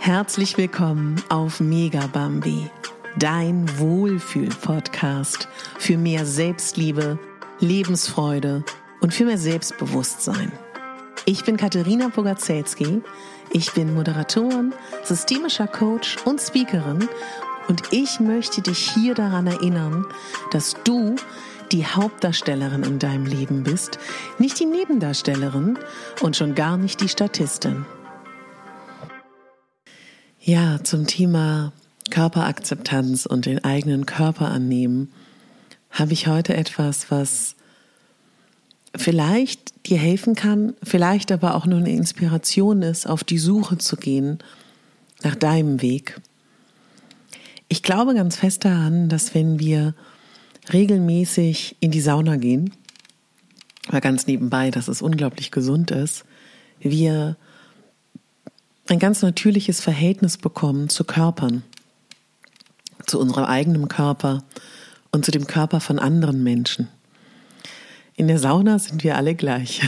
Herzlich willkommen auf Megabambi, dein Wohlfühl-Podcast für mehr Selbstliebe, Lebensfreude und für mehr Selbstbewusstsein. Ich bin Katharina Bogaczewski, ich bin Moderatorin, systemischer Coach und Speakerin und ich möchte dich hier daran erinnern, dass du die Hauptdarstellerin in deinem Leben bist, nicht die Nebendarstellerin und schon gar nicht die Statistin. Ja, zum Thema Körperakzeptanz und den eigenen Körper annehmen habe ich heute etwas, was vielleicht dir helfen kann, vielleicht aber auch nur eine Inspiration ist, auf die Suche zu gehen nach deinem Weg. Ich glaube ganz fest daran, dass wenn wir regelmäßig in die Sauna gehen, mal ganz nebenbei, dass es unglaublich gesund ist, wir ein ganz natürliches Verhältnis bekommen zu Körpern, zu unserem eigenen Körper und zu dem Körper von anderen Menschen. In der Sauna sind wir alle gleich.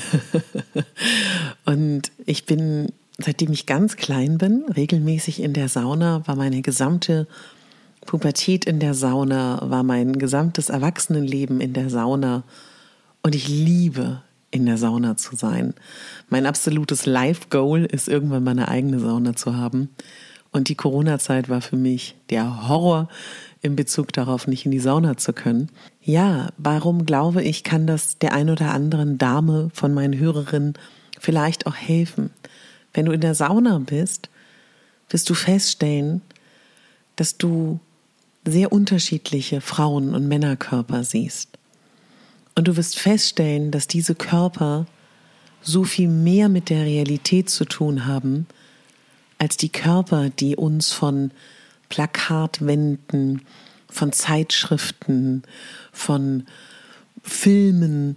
Und ich bin, seitdem ich ganz klein bin, regelmäßig in der Sauna, war meine gesamte Pubertät in der Sauna, war mein gesamtes Erwachsenenleben in der Sauna. Und ich liebe in der Sauna zu sein. Mein absolutes Life-Goal ist, irgendwann mal eine eigene Sauna zu haben. Und die Corona-Zeit war für mich der Horror in Bezug darauf, nicht in die Sauna zu können. Ja, warum glaube ich, kann das der ein oder anderen Dame von meinen Hörerinnen vielleicht auch helfen? Wenn du in der Sauna bist, wirst du feststellen, dass du sehr unterschiedliche Frauen- und Männerkörper siehst. Und du wirst feststellen, dass diese Körper so viel mehr mit der Realität zu tun haben, als die Körper, die uns von Plakatwänden, von Zeitschriften, von Filmen,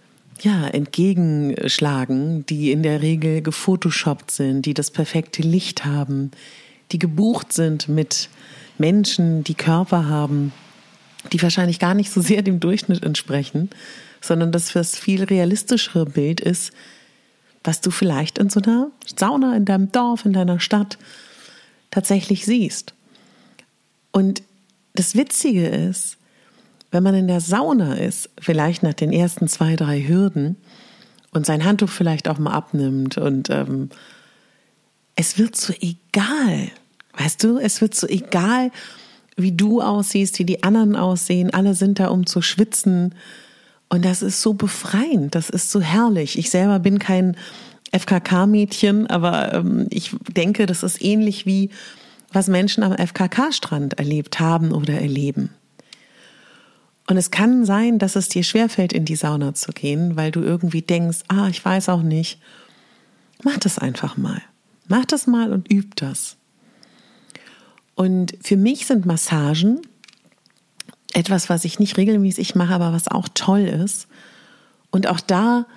entgegenschlagen, die in der Regel gefotoshoppt sind, die das perfekte Licht haben, die gebucht sind mit Menschen, die Körper haben, die wahrscheinlich gar nicht so sehr dem Durchschnitt entsprechen, sondern dass das viel realistischere Bild ist, was du vielleicht in so einer Sauna in deinem Dorf, in deiner Stadt tatsächlich siehst. Und das Witzige ist, wenn man in der Sauna ist, vielleicht nach den ersten 2, 3 Hürden und sein Handtuch vielleicht auch mal abnimmt und es wird so egal, weißt du, es wird so egal, wie du aussiehst, wie die anderen aussehen, alle sind da, um zu schwitzen. Und das ist so befreiend, das ist so herrlich. Ich selber bin kein FKK-Mädchen, aber ich denke, das ist ähnlich wie, was Menschen am FKK-Strand erlebt haben oder erleben. Und es kann sein, dass es dir schwerfällt, in die Sauna zu gehen, weil du irgendwie denkst, ich weiß auch nicht. Mach das einfach mal. Mach das mal und üb das. Und für mich sind Massagen etwas, was ich nicht regelmäßig mache, aber was auch toll ist. Und auch da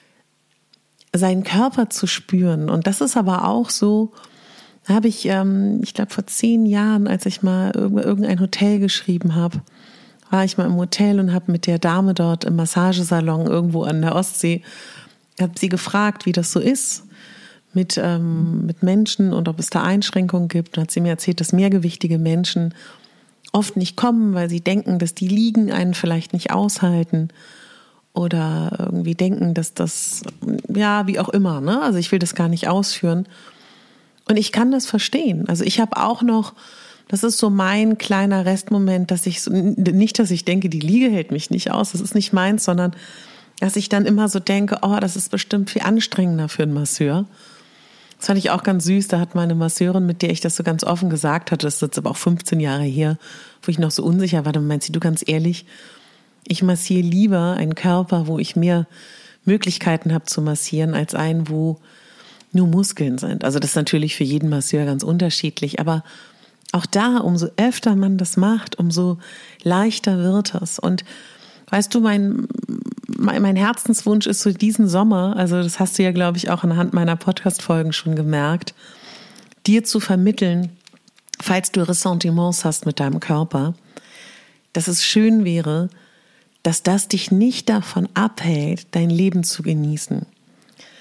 seinen Körper zu spüren. Und das ist aber auch so, da habe ich glaube vor 10 Jahren, als ich mal irgendein Hotel geschrieben habe, war ich mal im Hotel und habe mit der Dame dort im Massagesalon irgendwo an der Ostsee, habe sie gefragt, wie das so ist mit Menschen und ob es da Einschränkungen gibt. Und hat sie mir erzählt, dass mehrgewichtige Menschen oft nicht kommen, weil sie denken, dass die Liegen einen vielleicht nicht aushalten oder irgendwie denken, dass das, wie auch immer, ne? Also ich will das gar nicht ausführen. Und ich kann das verstehen. Also ich habe auch noch, das ist so mein kleiner Restmoment, dass ich so, nicht, dass ich denke, die Liege hält mich nicht aus, das ist nicht meins, sondern dass ich dann immer so denke, das ist bestimmt viel anstrengender für einen Masseur. Das fand ich auch ganz süß, da hat meine Masseurin, mit der ich das so ganz offen gesagt hatte, das ist jetzt aber auch 15 Jahre her, wo ich noch so unsicher war, dann meint sie, du, ganz ehrlich, ich massiere lieber einen Körper, wo ich mehr Möglichkeiten habe zu massieren, als einen, wo nur Muskeln sind. Also das ist natürlich für jeden Masseur ganz unterschiedlich, aber auch da, umso öfter man das macht, umso leichter wird es. Und weißt du, mein Herzenswunsch ist so diesen Sommer, also das hast du ja, glaube ich, auch anhand meiner Podcast-Folgen schon gemerkt, dir zu vermitteln, falls du Ressentiments hast mit deinem Körper, dass es schön wäre, dass das dich nicht davon abhält, dein Leben zu genießen.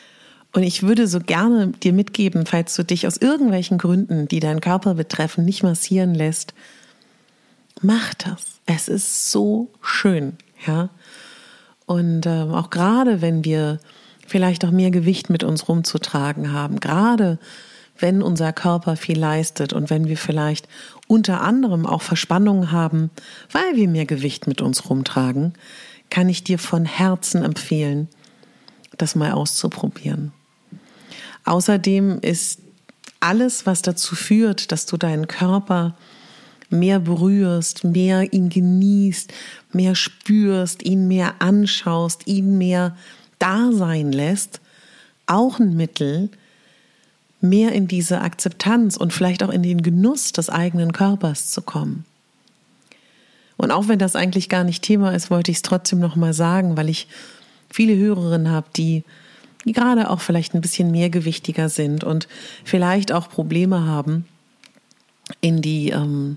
Und ich würde so gerne dir mitgeben, falls du dich aus irgendwelchen Gründen, die deinen Körper betreffen, nicht massieren lässt, mach das. Es ist so schön, ja. Und auch gerade, wenn wir vielleicht auch mehr Gewicht mit uns rumzutragen haben, gerade wenn unser Körper viel leistet und wenn wir vielleicht unter anderem auch Verspannungen haben, weil wir mehr Gewicht mit uns rumtragen, kann ich dir von Herzen empfehlen, das mal auszuprobieren. Außerdem ist alles, was dazu führt, dass du deinen Körper mehr berührst, mehr ihn genießt, mehr spürst, ihn mehr anschaust, ihn mehr da sein lässt, auch ein Mittel, mehr in diese Akzeptanz und vielleicht auch in den Genuss des eigenen Körpers zu kommen. Und auch wenn das eigentlich gar nicht Thema ist, wollte ich es trotzdem noch mal sagen, weil ich viele Hörerinnen habe, die gerade auch vielleicht ein bisschen mehrgewichtiger sind und vielleicht auch Probleme haben, in die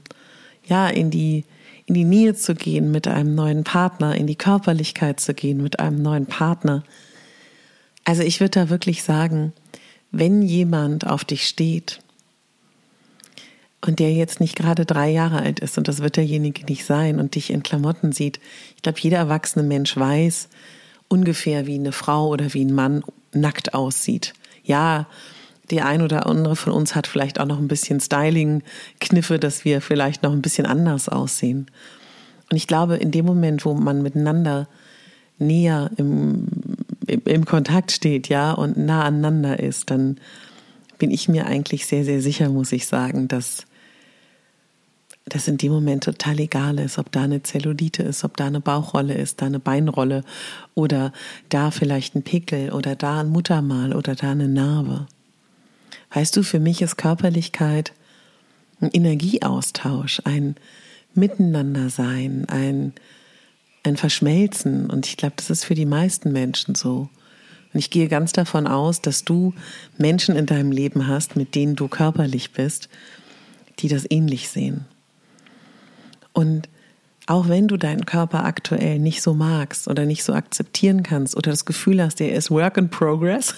Nähe zu gehen mit einem neuen Partner, in die Körperlichkeit zu gehen mit einem neuen Partner. Also ich würde da wirklich sagen, wenn jemand auf dich steht und der jetzt nicht gerade 3 Jahre alt ist, und das wird derjenige nicht sein, und dich in Klamotten sieht, ich glaube, jeder erwachsene Mensch weiß ungefähr, wie eine Frau oder wie ein Mann nackt aussieht. Ja, die ein oder andere von uns hat vielleicht auch noch ein bisschen Styling-Kniffe, dass wir vielleicht noch ein bisschen anders aussehen. Und ich glaube, in dem Moment, wo man miteinander näher im Kontakt steht, ja, und nah aneinander ist, dann bin ich mir eigentlich sehr, sehr sicher, muss ich sagen, dass das in dem Moment total egal ist, ob da eine Zellulite ist, ob da eine Bauchrolle ist, da eine Beinrolle oder da vielleicht ein Pickel oder da ein Muttermal oder da eine Narbe. Weißt du, für mich ist Körperlichkeit ein Energieaustausch, ein Miteinandersein, ein Verschmelzen. Und ich glaube, das ist für die meisten Menschen so. Und ich gehe ganz davon aus, dass du Menschen in deinem Leben hast, mit denen du körperlich bist, die das ähnlich sehen. Und auch wenn du deinen Körper aktuell nicht so magst oder nicht so akzeptieren kannst oder das Gefühl hast, der ist Work in Progress.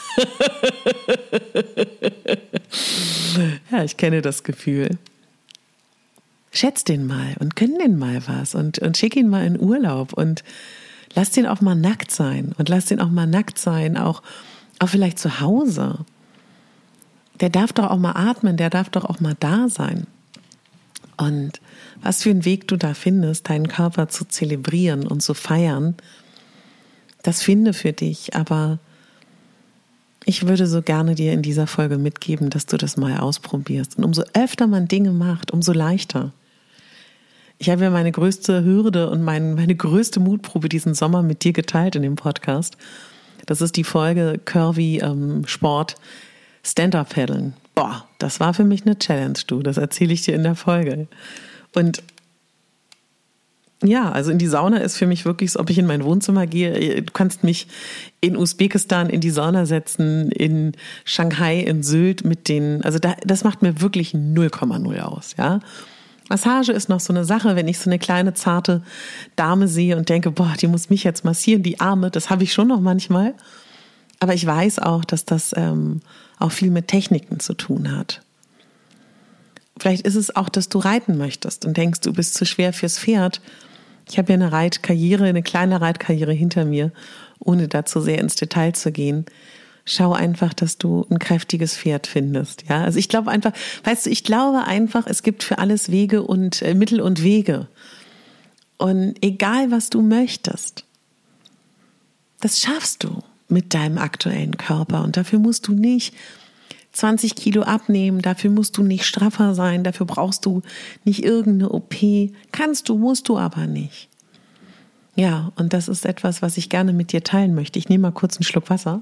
Ja, ich kenne das Gefühl. Schätz den mal und gönn den mal was und schick ihn mal in Urlaub und lass den auch mal nackt sein und lass den auch mal nackt sein, auch vielleicht zu Hause. Der darf doch auch mal atmen, der darf doch auch mal da sein. Und was für einen Weg du da findest, deinen Körper zu zelebrieren und zu feiern, das finde für dich. Aber ich würde so gerne dir in dieser Folge mitgeben, dass du das mal ausprobierst. Und umso öfter man Dinge macht, umso leichter. Ich habe ja meine größte Hürde und meine größte Mutprobe diesen Sommer mit dir geteilt in dem Podcast. Das ist die Folge Curvy Sport Stand-Up-Paddeln. Boah, das war für mich eine Challenge, du. Das erzähle ich dir in der Folge. Und ja, also in die Sauna ist für mich wirklich so, ob ich in mein Wohnzimmer gehe. Du kannst mich in Usbekistan in die Sauna setzen, in Shanghai, in Sylt das macht mir wirklich 0,0 aus, ja. Massage ist noch so eine Sache, wenn ich so eine kleine, zarte Dame sehe und denke, boah, die muss mich jetzt massieren, die Arme, das habe ich schon noch manchmal. Aber ich weiß auch, dass das auch viel mit Techniken zu tun hat. Vielleicht ist es auch, dass du reiten möchtest und denkst, du bist zu schwer fürs Pferd. Ich habe ja eine kleine Reitkarriere hinter mir, ohne dazu sehr ins Detail zu gehen. Schau einfach, dass du ein kräftiges Pferd findest. Ja, also ich glaube einfach, es gibt für alles Wege und Mittel und Wege. Und egal, was du möchtest, das schaffst du mit deinem aktuellen Körper. Und dafür musst du nicht 20 Kilo abnehmen, dafür musst du nicht straffer sein, dafür brauchst du nicht irgendeine OP. Kannst du, musst du aber nicht. Ja, und das ist etwas, was ich gerne mit dir teilen möchte. Ich nehme mal kurz einen Schluck Wasser.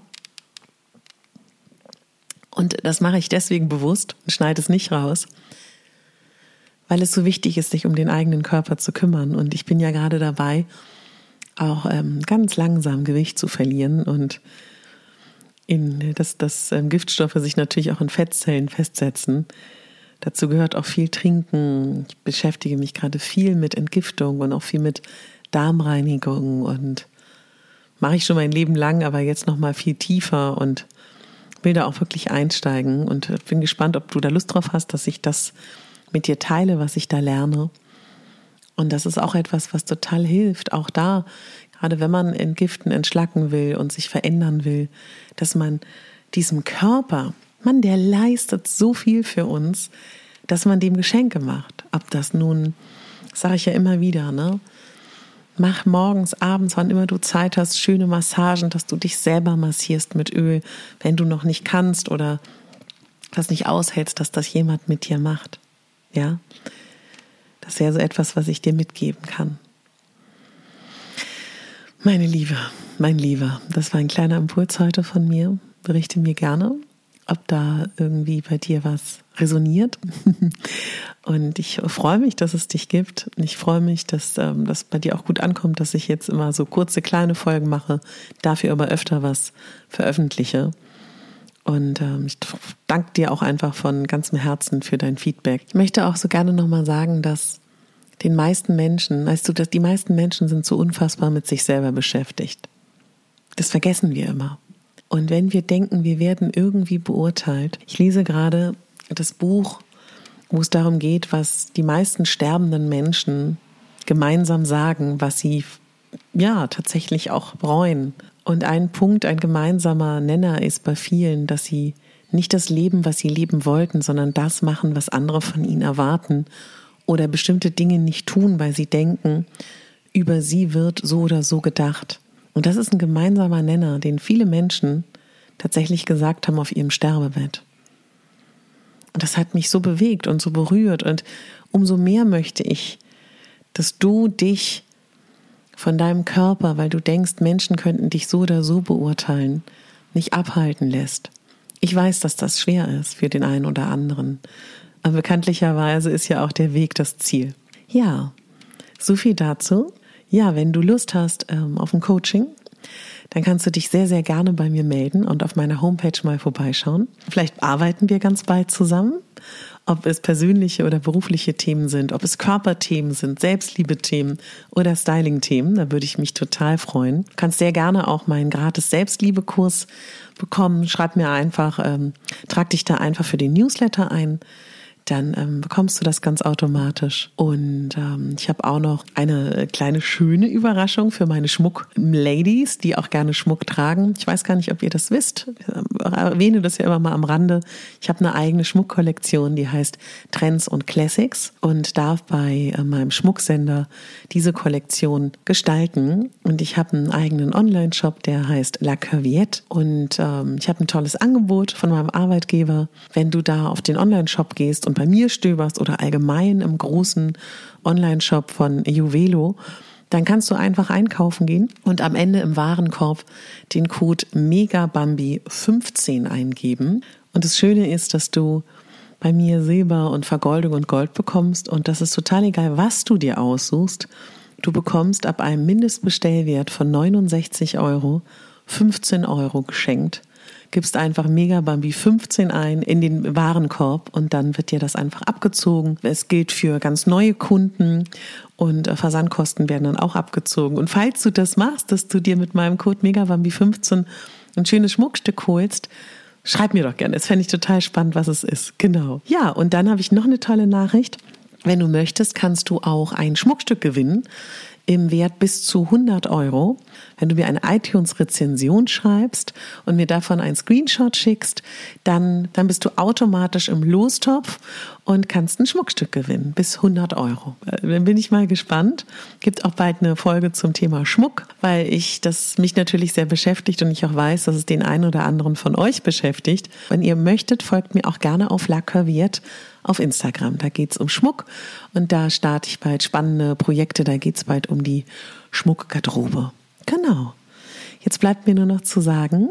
Und das mache ich deswegen bewusst und schneide es nicht raus, weil es so wichtig ist, sich um den eigenen Körper zu kümmern. Und ich bin ja gerade dabei, auch ganz langsam Gewicht zu verlieren und dass Giftstoffe sich natürlich auch in Fettzellen festsetzen. Dazu gehört auch viel Trinken. Ich beschäftige mich gerade viel mit Entgiftung und auch viel mit Darmreinigung und mache ich schon mein Leben lang, aber jetzt noch mal viel tiefer. Und will da auch wirklich einsteigen und bin gespannt, ob du da Lust drauf hast, dass ich das mit dir teile, was ich da lerne. Und das ist auch etwas, was total hilft, auch da, gerade wenn man Entgiften, entschlacken will und sich verändern will, dass man diesem Körper, der leistet so viel für uns, dass man dem Geschenke macht. Ob das nun, sage ich ja immer wieder, ne? Mach morgens, abends, wann immer du Zeit hast, schöne Massagen, dass du dich selber massierst mit Öl, wenn du noch nicht kannst oder das nicht aushältst, dass das jemand mit dir macht. Ja, das wäre so etwas, was ich dir mitgeben kann. Meine Liebe, mein Lieber, das war ein kleiner Impuls heute von mir. Berichte mir gerne, ob da irgendwie bei dir was resoniert. Und ich freue mich, dass es dich gibt. Ich freue mich, dass das bei dir auch gut ankommt, dass ich jetzt immer so kurze, kleine Folgen mache, dafür aber öfter was veröffentliche. Und ich danke dir auch einfach von ganzem Herzen für dein Feedback. Ich möchte auch so gerne nochmal sagen, dass den meisten Menschen, weißt du, dass die meisten Menschen sind so unfassbar mit sich selber beschäftigt. Das vergessen wir immer. Und wenn wir denken, wir werden irgendwie beurteilt. Ich lese gerade das Buch, wo es darum geht, was die meisten sterbenden Menschen gemeinsam sagen, was sie ja tatsächlich auch bereuen. Und ein Punkt, ein gemeinsamer Nenner ist bei vielen, dass sie nicht das leben, was sie leben wollten, sondern das machen, was andere von ihnen erwarten oder bestimmte Dinge nicht tun, weil sie denken, über sie wird so oder so gedacht. Und das ist ein gemeinsamer Nenner, den viele Menschen tatsächlich gesagt haben auf ihrem Sterbebett. Und das hat mich so bewegt und so berührt. Und umso mehr möchte ich, dass du dich von deinem Körper, weil du denkst, Menschen könnten dich so oder so beurteilen, nicht abhalten lässt. Ich weiß, dass das schwer ist für den einen oder anderen. Aber bekanntlicherweise ist ja auch der Weg das Ziel. Ja, so viel dazu. Ja, wenn du Lust hast auf ein Coaching, dann kannst du dich sehr, sehr gerne bei mir melden und auf meiner Homepage mal vorbeischauen. Vielleicht arbeiten wir ganz bald zusammen, ob es persönliche oder berufliche Themen sind, ob es Körperthemen sind, Selbstliebe-Themen oder Styling-Themen. Da würde ich mich total freuen. Du kannst sehr gerne auch meinen gratis Selbstliebe-Kurs bekommen. Schreib mir einfach, trag dich da einfach für den Newsletter ein. Dann bekommst du das ganz automatisch. Und ich habe auch noch eine kleine schöne Überraschung für meine Schmuck-Ladies, die auch gerne Schmuck tragen. Ich weiß gar nicht, ob ihr das wisst. Ich erwähne das ja immer mal am Rande. Ich habe eine eigene Schmuckkollektion, die heißt Trends und Classics und darf bei meinem Schmucksender diese Kollektion gestalten. Und ich habe einen eigenen Online-Shop, der heißt La Curviette. Und ich habe ein tolles Angebot von meinem Arbeitgeber. Wenn du da auf den Online-Shop gehst und bei mir stöberst oder allgemein im großen Online-Shop von Juvelo, dann kannst du einfach einkaufen gehen und am Ende im Warenkorb den Code MEGABAMBI15 eingeben. Und das Schöne ist, dass du bei mir Silber und Vergoldung und Gold bekommst und das ist total egal, was du dir aussuchst. Du bekommst ab einem Mindestbestellwert von 69 € 15 € geschenkt. Gibst einfach Megabambi 15 ein in den Warenkorb und dann wird dir das einfach abgezogen. Es gilt für ganz neue Kunden und Versandkosten werden dann auch abgezogen. Und falls du das machst, dass du dir mit meinem Code Megabambi 15 ein schönes Schmuckstück holst, schreib mir doch gerne. Das fände ich total spannend, was es ist. Genau. Ja, und dann habe ich noch eine tolle Nachricht. Wenn du möchtest, kannst du auch ein Schmuckstück gewinnen im Wert bis zu 100 €. Wenn du mir eine iTunes-Rezension schreibst und mir davon einen Screenshot schickst, dann bist du automatisch im Lostopf und kannst ein Schmuckstück gewinnen, bis 100 €. Dann bin ich mal gespannt. Gibt auch bald eine Folge zum Thema Schmuck, weil das mich natürlich sehr beschäftigt und ich auch weiß, dass es den einen oder anderen von euch beschäftigt. Wenn ihr möchtet, folgt mir auch gerne auf La Curviette auf Instagram. Da geht's um Schmuck und da starte ich bald spannende Projekte. Da geht's bald um die Schmuckgarderobe. Genau. Jetzt bleibt mir nur noch zu sagen,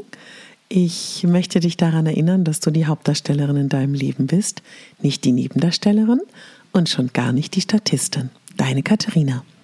ich möchte dich daran erinnern, dass du die Hauptdarstellerin in deinem Leben bist, nicht die Nebendarstellerin und schon gar nicht die Statistin. Deine Katharina.